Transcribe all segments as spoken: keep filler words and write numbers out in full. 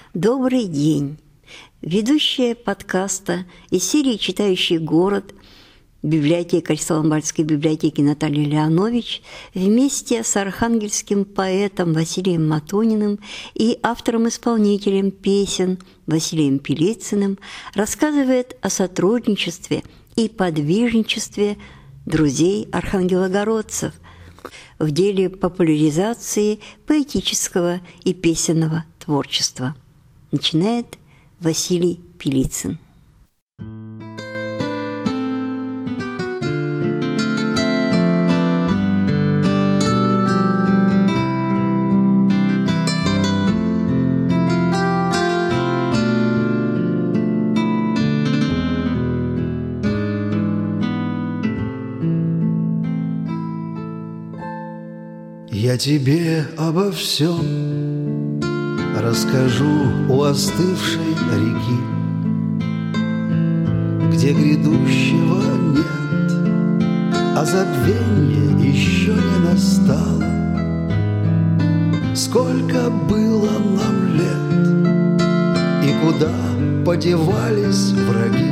Добрый день! Ведущая подкаста из серии «Читающий город» библиотекарь Соломбальской библиотеки Наталья Леонович вместе с архангельским поэтом Василием Матониным и автором-исполнителем песен Василием Пилицыным рассказывает о сотрудничестве и подвижничестве друзей архангелогородцев в деле популяризации поэтического и песенного творчества. Начинает Василий Пилицын. Я тебе обо всем расскажу у остывшей реки, где грядущего нет, а забвенье еще не настало. Сколько было нам лет, и куда подевались враги.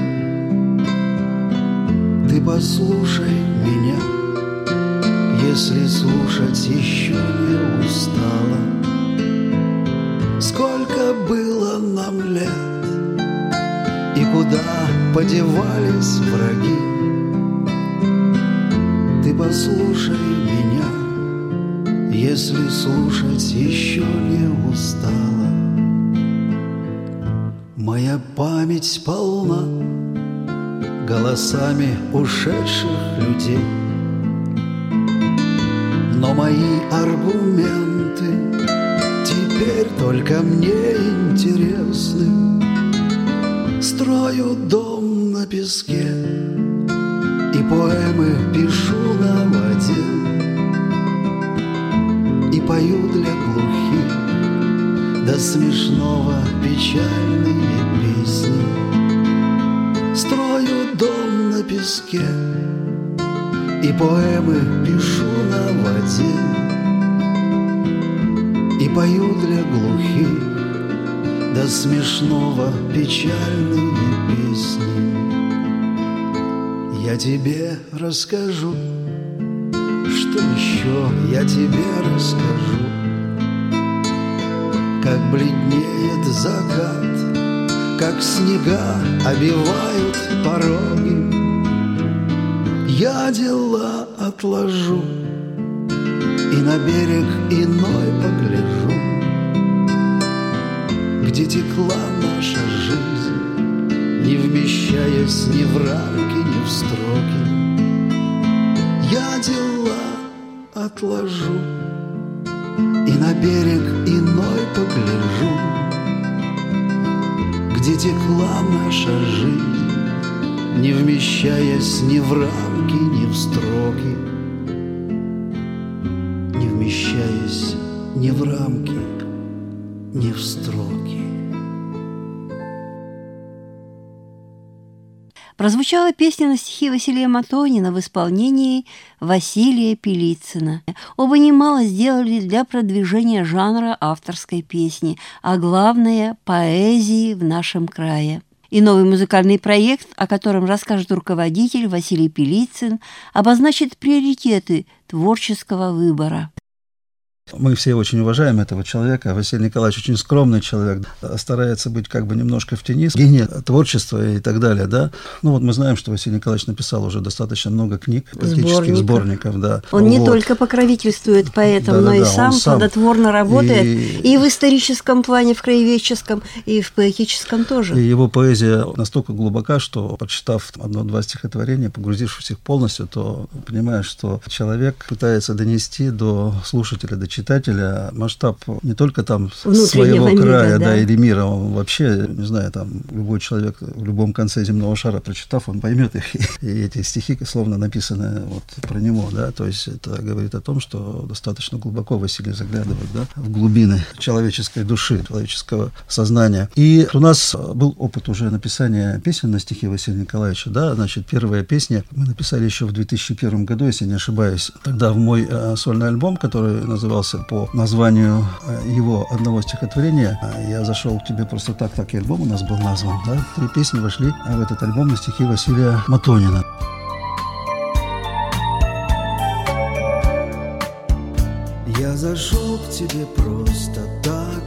Ты послушай меня, если слушать еще не устала. Сколько было нам лет, и куда подевались враги. Ты послушай меня, если слушать еще не устала. Моя память полна голосами ушедших людей, но мои аргументы теперь только мне интересны. Строю дом на песке и поэмы пишу на воде, и пою для глухих до смешного печальные песни. Строю дом на песке и поэмы пишу на воде, и пою для глухих до смешного печальные песни. Я тебе расскажу, что еще я тебе расскажу. Как бледнеет закат, как снега обивают пороги. Я дела отложу и на берег иной погляжу, где текла наша жизнь, не вмещаясь ни в рамки, ни в строки. Я дела отложу и на берег иной погляжу, где текла наша жизнь, не вмещаясь ни в рамки, ни в строки, не вмещаясь ни в рамки, ни в строки. Прозвучала песня на стихи Василия Матонина в исполнении Василия Пилицына. Оба немало сделали для продвижения жанра авторской песни, а главное – поэзии в нашем крае. И новый музыкальный проект, о котором расскажет руководитель Василий Пилицын, обозначит приоритеты творческого выбора. Мы все очень уважаем этого человека. Василий Николаевич очень скромный человек, старается быть как бы немножко в тени, гений творчества и так далее, да. Ну вот мы знаем, что Василий Николаевич написал уже достаточно много книг, поэтических сборников, да. Он вот. не только покровительствует поэтам, да, но да, и да, сам, сам плодотворно работает и... и в историческом плане, в краеведческом, и в поэтическом тоже. И его поэзия настолько глубока, что, прочитав одно-два стихотворения, погрузившись их полностью, то понимаешь, что человек пытается донести до слушателя, до читателя масштаб не только там своего мира, края, да. Да, или мира, он вообще, не знаю, там любой человек в любом конце земного шара, прочитав, он поймет их, и эти стихи словно написаны вот про него, да, то есть это говорит о том, что достаточно глубоко Василий заглядывает, да, в глубины человеческой души, человеческого сознания. И у нас был опыт уже написания песен на стихи Василия Николаевича, да, значит, первая песня мы написали еще в две тысячи первом году, если не ошибаюсь, тогда в мой э, сольный альбом, который назывался догадался по названию его одного стихотворения. Я зашел к тебе просто так, так и альбом у нас был назван. Да? Три песни вошли в этот альбом на стихи Василия Матонина. Я зашел к тебе просто так,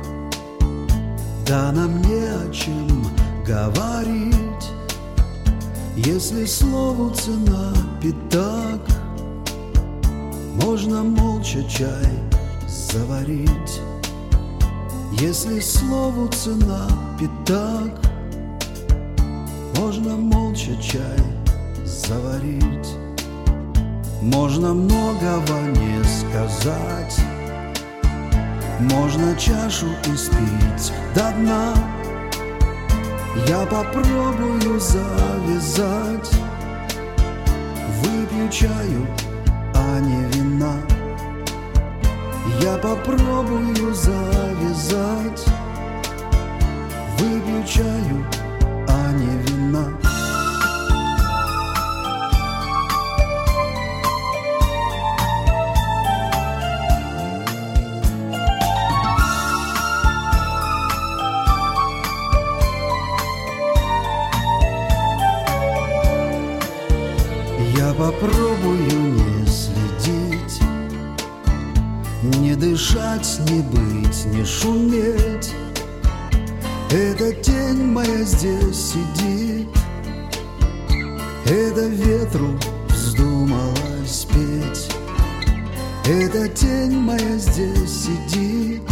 да нам не о чем говорить. Если слову цена пятак, можно молча чай заварить. Если слову цена пятак, можно молча чай заварить. Можно многого не сказать, можно чашу испить до дна. Я попробую завязать, выпью чаю, а не вина. Я попробую завязать, выпью чаю, а не вина. Я попробую не следить, не дышать, не быть, не шуметь. Эта тень моя здесь сидит, это ветру вздумалось петь. Эта тень моя здесь сидит,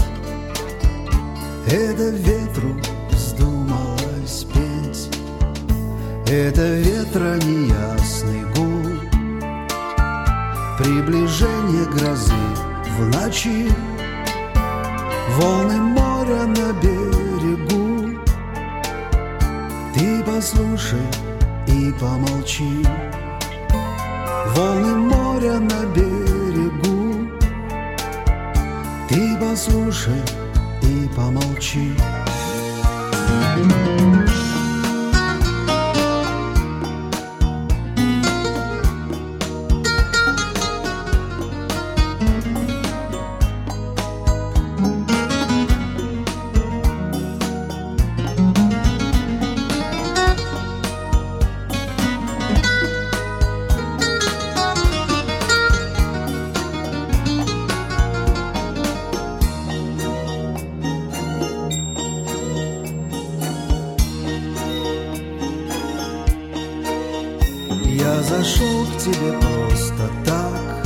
это ветру вздумалось петь. Это ветра неясный гул, приближение грозы в ночи, волны моря на берегу. Ты послушай и помолчи, волны моря на берегу. Ты послушай и помолчи. Я зашел к тебе просто так,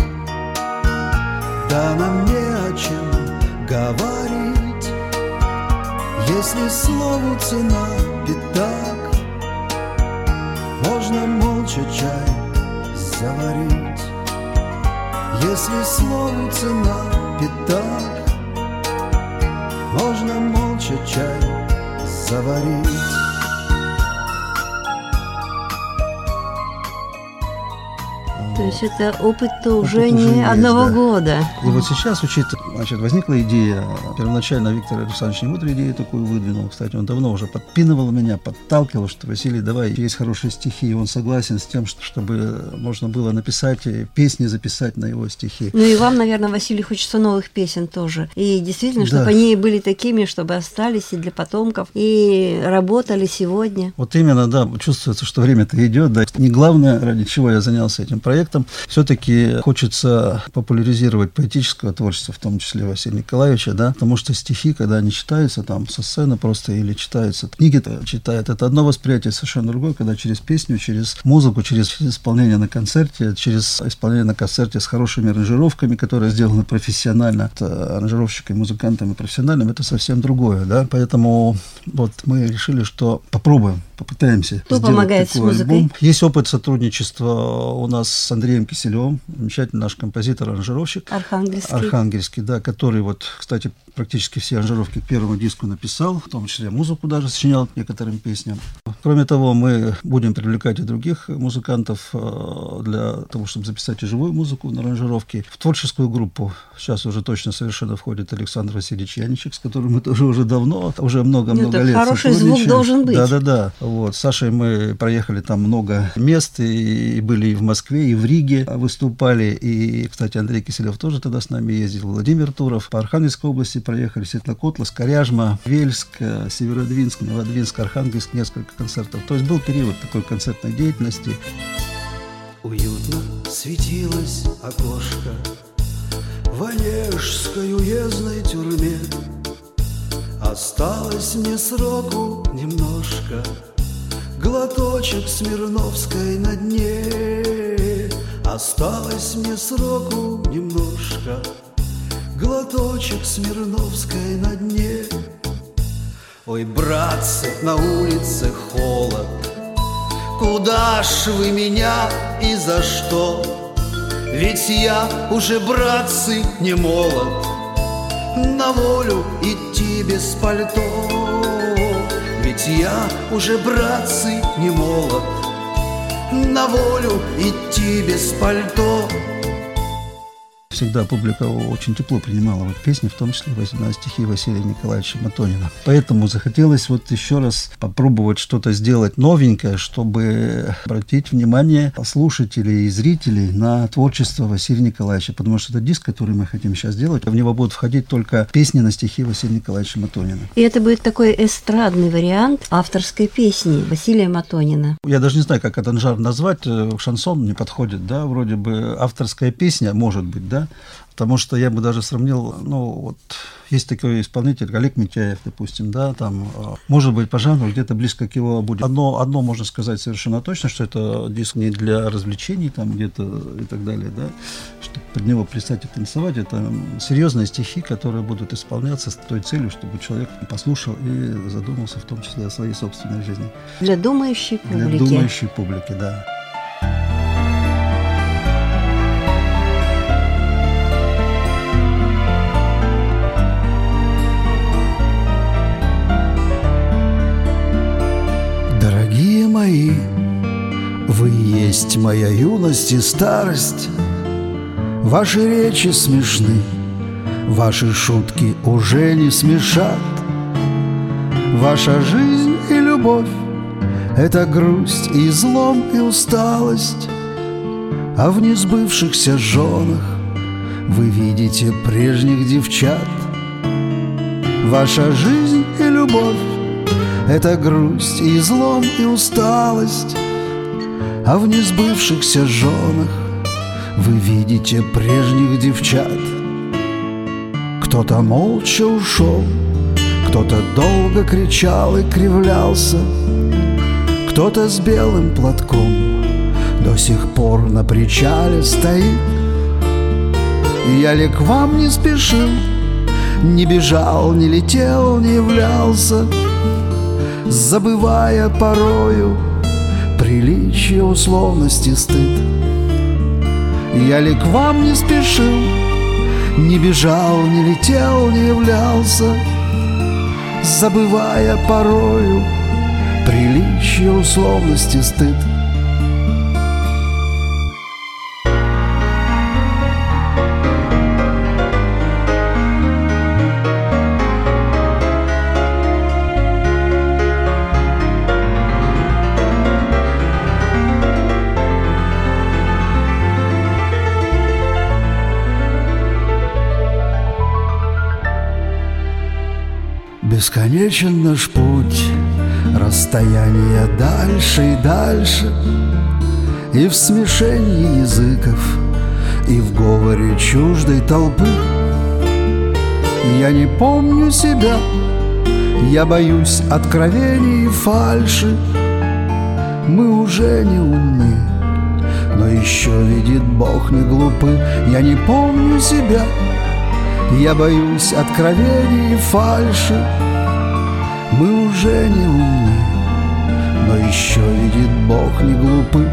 да нам не о чем говорить. Если слову цена пятак, можно молча чай заварить. Если слову цена пятак, можно молча чай заварить. То есть это опыт-то уже не есть, одного да. года. И вот сейчас учит, значит, возникла идея. Первоначально Виктор Александрович Немудрый идею такую выдвинул. Кстати, он давно уже подпинывал меня, подталкивал, что Василий, давай, есть хорошие стихи. И он согласен с тем, чтобы можно было написать песни, записать на его стихи. Ну и вам, наверное, Василий, хочется новых песен тоже. И действительно, чтобы да. они были такими, чтобы остались и для потомков, и работали сегодня. Вот именно, да, чувствуется, что время-то идет. Да. Не главное, ради чего я занялся этим проектом. Все-таки хочется популяризировать поэтическое творчество, в том числе Василия Николаевича, да, потому что стихи, когда они читаются там со сцены просто или читаются, книги читают, это одно восприятие, совершенно другое, когда через песню, через музыку, через исполнение на концерте, через исполнение на концерте с хорошими аранжировками, которые сделаны профессионально, аранжировщиками, музыкантами профессиональными, это совсем другое, да, поэтому вот мы решили, что попробуем, попытаемся Кто сделать помогает такой с музыкой? альбом. Есть опыт сотрудничества у нас с Андреем Киселевым, замечательный наш композитор-аранжировщик. Архангельский. Архангельский, да, который вот, кстати, практически все аранжировки к первому диску написал, в том числе музыку даже сочинял к некоторым песням. Кроме того, мы будем привлекать и других музыкантов для того, чтобы записать и живую музыку на аранжировке. В творческую группу сейчас уже точно совершенно входит Александр Васильевич Яничек, с которым мы тоже уже давно, уже много-много лет хороший звук должен быть. Да-да-да. Вот. С Сашей мы проехали там много мест, и были и в Москве, и в Риге выступали. И, кстати, Андрей Киселев тоже тогда с нами ездил, Владимир Туров. По Архангельской области проехали, Светлокотловск, Коряжма, Вельск, Северодвинск, Новодвинск, Архангельск, несколько концертов. То есть был период такой концертной деятельности. Уютно светилось окошко в Онежской уездной тюрьме. Осталось мне сроку немножко, глоточек Смирновской на дне. Осталось мне сроку немножко, глоточек Смирновской на дне. Ой, братцы, на улице холод, куда ж вы меня и за что? Ведь я уже, братцы, не молод, на волю идти без пальто. Ведь я уже, братцы, не молод, на волю идти без пальто. Всегда публика очень тепло принимала вот песни, в том числе на стихи Василия Николаевича Матонина. Поэтому захотелось вот еще раз попробовать что-то сделать новенькое, чтобы обратить внимание слушателей и зрителей на творчество Василия Николаевича. Потому что это диск, который мы хотим сейчас сделать, в него будут входить только песни на стихи Василия Николаевича Матонина. И это будет такой эстрадный вариант авторской песни Василия Матонина. Я даже не знаю, как этот жанр назвать. Шансон не подходит, да, вроде бы авторская песня, может быть, да. Потому что я бы даже сравнил, ну, вот, есть такой исполнитель, Олег Митяев, допустим, да, там, может быть, по жанру где-то близко к его будет. Одно, одно можно сказать совершенно точно, что это диск не для развлечений, там, где-то и так далее, да, чтобы под него плясать и танцевать, это серьезные стихи, которые будут исполняться с той целью, чтобы человек послушал и задумался в том числе о своей собственной жизни. Для думающей публики. Для думающей публики, да. Дорогие мои, вы есть моя юность и старость. Ваши речи смешны, ваши шутки уже не смешат. Ваша жизнь и любовь — это грусть и злом и усталость. А в несбывшихся женах вы видите прежних девчат. Ваша жизнь и любовь — это грусть и злом и усталость. А в несбывшихся женах вы видите прежних девчат. Кто-то молча ушел, кто-то долго кричал и кривлялся, кто-то с белым платком до сих пор на причале стоит. Я ли к вам не спешил, не бежал, не летел, не являлся, забывая порою приличие, условности, стыд. Я ли к вам не спешил, не бежал, не летел, не являлся, забывая порою приличие, условности, стыд. Бесконечен наш путь, расстояние дальше и дальше, и в смешении языков, и в говоре чуждой толпы. Я не помню себя, я боюсь откровений и фальши. Мы уже не умны, но еще видит Бог не глупы. Я не помню себя, я боюсь откровений и фальши. Мы уже не умны, но еще видит Бог не глупы.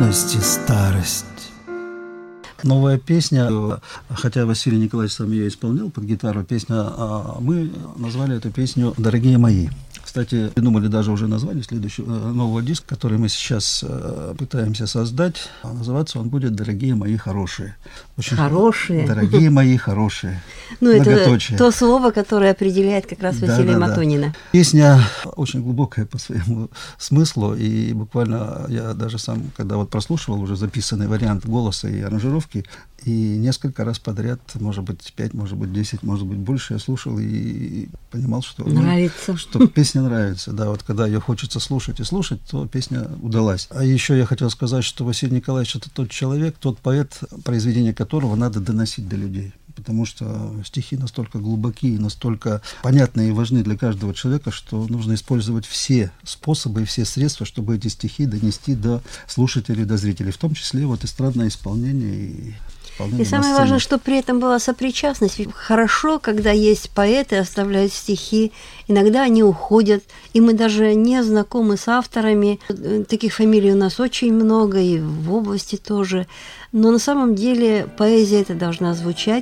юность и старость. Новая песня, хотя Василий Николаевич сам ее исполнял под гитару, песня, мы назвали эту песню «Дорогие мои». Кстати, придумали даже уже название следующего нового диска, который мы сейчас пытаемся создать. Называться он будет «Дорогие мои хорошие». Очень хорошие? Дорогие мои хорошие. Ну, это то слово, которое определяет как раз Василия да, да, Матонина. Да. Песня очень глубокая по своему смыслу, и буквально я даже сам, когда вот прослушивал уже записанный вариант голоса и аранжировки, и несколько раз подряд, может быть, пять, может быть, десять, может быть, больше, я слушал и понимал, что, нравится. Ну, что песня нравится. Да, вот когда ее хочется слушать и слушать, то песня удалась. А еще я хотел сказать, что Василий Николаевич — это тот человек, тот поэт, произведение которого надо доносить до людей. Потому что стихи настолько глубокие, настолько понятны и важны для каждого человека, что нужно использовать все способы и все средства, чтобы эти стихи донести до слушателей, до зрителей, в том числе вот эстрадное исполнение и исполнение. И самое важное, чтобы при этом была сопричастность. Хорошо, когда есть поэты, оставляют стихи, иногда они уходят, и мы даже не знакомы с авторами. Таких фамилий у нас очень много, и в области тоже. Но на самом деле поэзия эта должна звучать.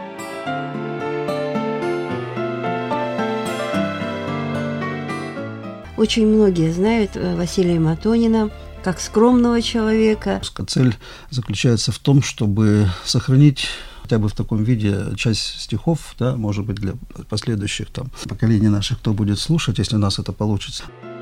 Очень многие знают Василия Матонина как скромного человека. Цель заключается в том, чтобы сохранить хотя бы в таком виде часть стихов, да, может быть, для последующих там поколений наших, кто будет слушать, если у нас это получится.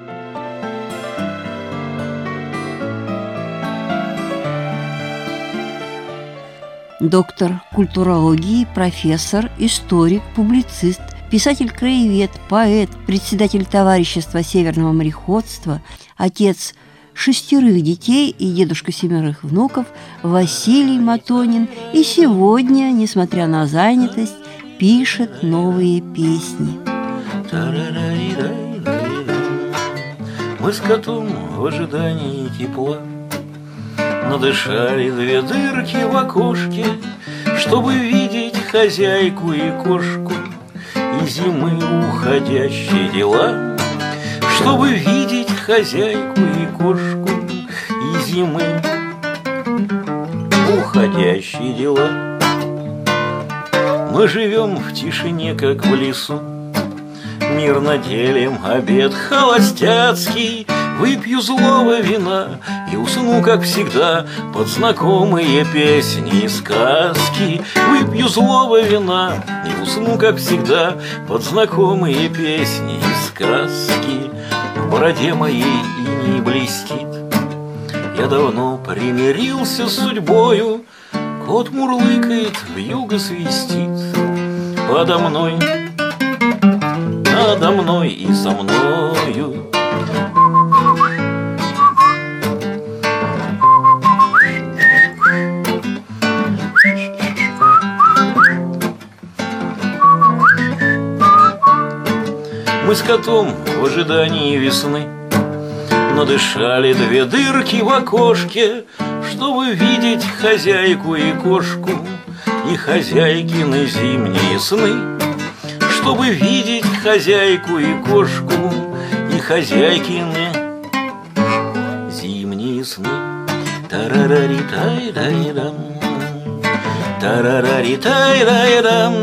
Доктор культурологии, профессор, историк, публицист, писатель-краевед, поэт, председатель товарищества северного мореходства, отец шестерых детей и дедушка семерых внуков Василий Матонин и сегодня, несмотря на занятость, пишет новые песни. Мы с котом в ожидании тепла надышали две дырки в окошке, чтобы видеть хозяйку и кошку и зимы уходящие дела, чтобы видеть хозяйку и кошку и зимы уходящие дела. Мы живем в тишине, как в лесу, мирно делим обед холостяцкий. Выпью злого вина и усну, как всегда, под знакомые песни и сказки. Выпью злого вина и усну, как всегда, под знакомые песни и сказки. В бороде моей иней блестит, я давно примирился с судьбою. Кот мурлыкает, вьюга свистит подо мной, надо мной и со мною. Мы с котом в ожидании весны надышали две дырки в окошке, чтобы видеть хозяйку и кошку и хозяйкины зимние сны, чтобы видеть хозяйку и кошку и хозяйкины зимние сны. Тарарари-тай-дай-дам, тарарари-тай-дай-дам,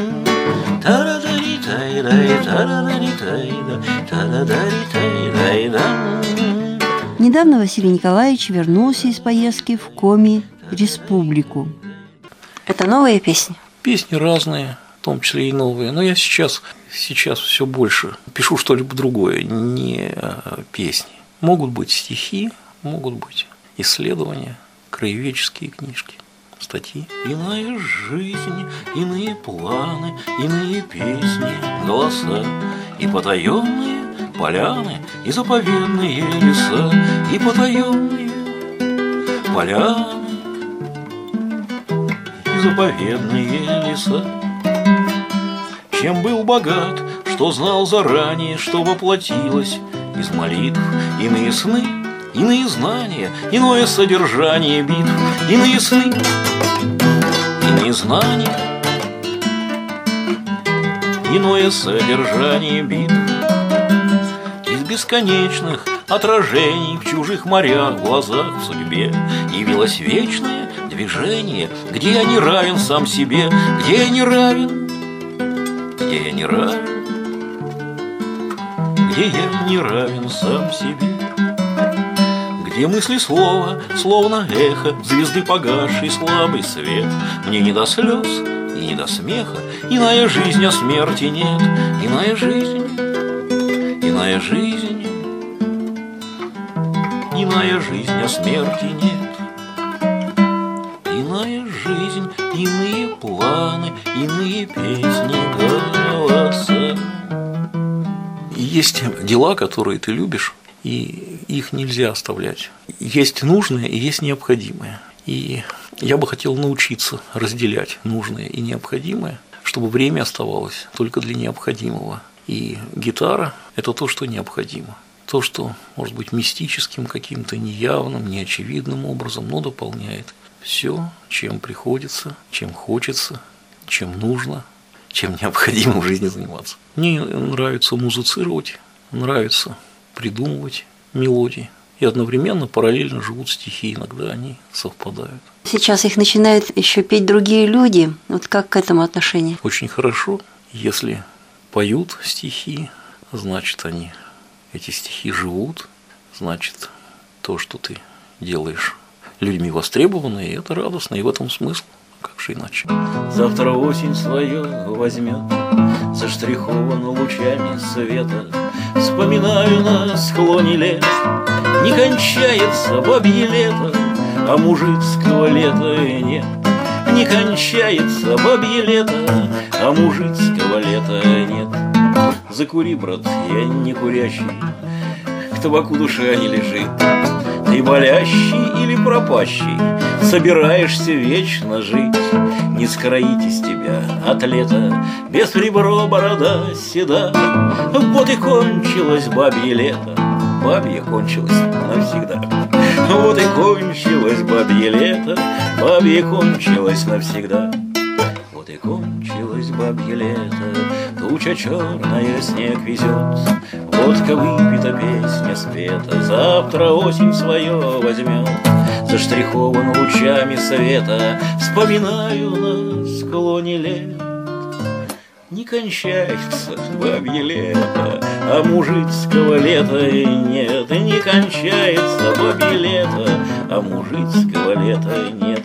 Недавно Василий Николаевич вернулся из поездки в Коми-Республику. Это новые песни? Песни разные, в том числе и новые. Но я сейчас, сейчас все больше пишу что-либо другое, не песни. Могут быть стихи, могут быть исследования, краеведческие книжки, статьи. Иная жизнь, иные планы, иные песни, голоса и потаенные поляны, и заповедные леса, и потаенные поляны, и заповедные леса. Чем был богат, что знал заранее, что воплотилось из молитв иные сны, иные знания, иное содержание битв, иные сны, иные знания, иное содержание битв. Из бесконечных отражений в чужих морях, в глазах, в судьбе, явилось вечное движение, где я не равен сам себе, где я не равен, где я не равен, где я не равен сам себе. Где мысли слова, словно эхо звезды погасший слабый свет. Мне не до слез и не до смеха, иная жизнь, а смерти нет. Иная жизнь, иная жизнь, иная жизнь, а смерти нет. Иная жизнь, иные планы, иные песни, голоса. И есть дела, которые ты любишь, и их нельзя оставлять. Есть нужное и есть необходимое. И я бы хотел научиться разделять нужное и необходимое, чтобы время оставалось только для необходимого. И гитара – это то, что необходимо. То, что может быть мистическим, каким-то неявным, неочевидным образом, но дополняет все, чем приходится, чем хочется, чем нужно, чем необходимо в жизни заниматься. Мне нравится музицировать, нравится придумывать мелодии. И одновременно, параллельно живут стихи, иногда они совпадают. Сейчас их начинают еще петь другие люди. Вот как к этому отношение? Очень хорошо. Если поют стихи, значит, они, эти стихи живут, значит, то, что ты делаешь, людьми востребовано, и это радостно, и в этом смысл. Как же иначе? Завтра осень свое возьмет, заштриховано лучами света. Вспоминаю на склоне лет, не кончается бабье лето, а мужицкого лета нет. Не кончается бабье лето, а мужицкого лета нет. Закури, брат, я не курящий, к табаку душа не лежит. Ты болящий или пропащий, собираешься вечно жить. Не скроить из тебя атлета, без ребро борода седа. Вот и кончилось бабье лето, бабье кончилось навсегда. Вот и кончилось бабье лето, бабье кончилось навсегда. Вот и кончилось бабье лето, туча черная снег везет. Водка выпита, песня спета, завтра осень свое возьмет. Заштрихован лучами света, вспоминаю на склоне лет. Не кончается бабье лето, а мужицкого лета нет. Не кончается бабье лето, а мужицкого лета нет.